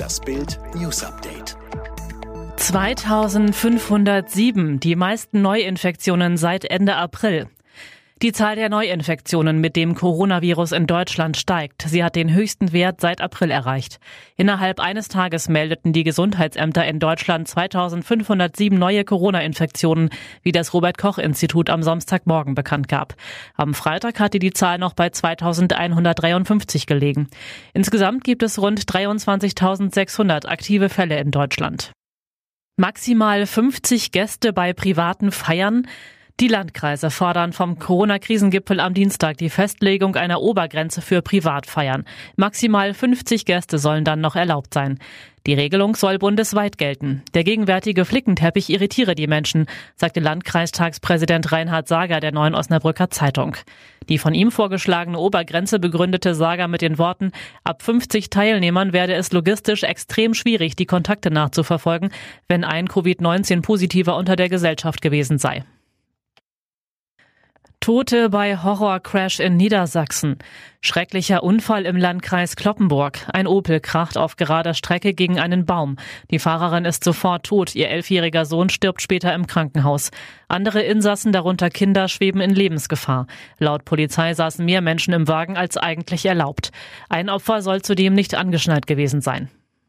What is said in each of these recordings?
Das Bild News Update. 2507, die meisten Neuinfektionen seit Ende April. Die Zahl der Neuinfektionen mit dem Coronavirus in Deutschland steigt. Sie hat den höchsten Wert seit April erreicht. Innerhalb eines Tages meldeten die Gesundheitsämter in Deutschland 2507 neue Corona-Infektionen, wie das Robert-Koch-Institut am Samstagmorgen bekannt gab. Am Freitag hatte die Zahl noch bei 2153 gelegen. Insgesamt gibt es rund 23.600 aktive Fälle in Deutschland. Maximal 50 Gäste bei privaten Feiern. Die Landkreise fordern vom Corona-Krisengipfel am Dienstag die Festlegung einer Obergrenze für Privatfeiern. Maximal 50 Gäste sollen dann noch erlaubt sein. Die Regelung soll bundesweit gelten. Der gegenwärtige Flickenteppich irritiere die Menschen, sagte Landkreistagspräsident Reinhard Sager der Neuen Osnabrücker Zeitung. Die von ihm vorgeschlagene Obergrenze begründete Sager mit den Worten: Ab 50 Teilnehmern werde es logistisch extrem schwierig, die Kontakte nachzuverfolgen, wenn ein Covid-19-Positiver unter der Gesellschaft gewesen sei. Tote bei Horrorcrash in Niedersachsen. Schrecklicher Unfall im Landkreis Cloppenburg. Ein Opel kracht auf gerader Strecke gegen einen Baum. Die Fahrerin ist sofort tot. Ihr 11-jähriger Sohn stirbt später im Krankenhaus. Andere Insassen, darunter Kinder, schweben in Lebensgefahr. Laut Polizei saßen mehr Menschen im Wagen als eigentlich erlaubt. Ein Opfer soll zudem nicht angeschnallt gewesen sein.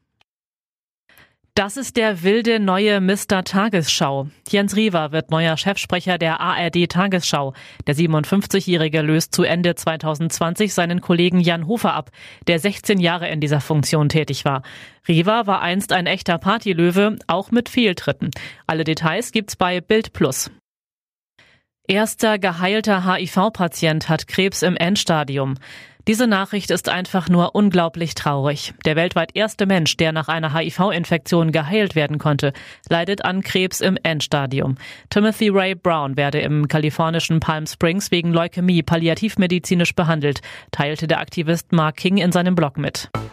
Das ist der wilde neue Mr. Tagesschau. Jens Riewer wird neuer Chefsprecher der ARD Tagesschau. Der 57-Jährige löst zu Ende 2020 seinen Kollegen Jan Hofer ab, der 16 Jahre in dieser Funktion tätig war. Riewer war einst ein echter Partylöwe, auch mit Fehltritten. Alle Details gibt's bei Bild Plus. Erster geheilter HIV-Patient hat Krebs im Endstadium. Diese Nachricht ist einfach nur unglaublich traurig. Der weltweit erste Mensch, der nach einer HIV-Infektion geheilt werden konnte, leidet an Krebs im Endstadium. Timothy Ray Brown werde im kalifornischen Palm Springs wegen Leukämie palliativmedizinisch behandelt, teilte der Aktivist Mark King in seinem Blog mit.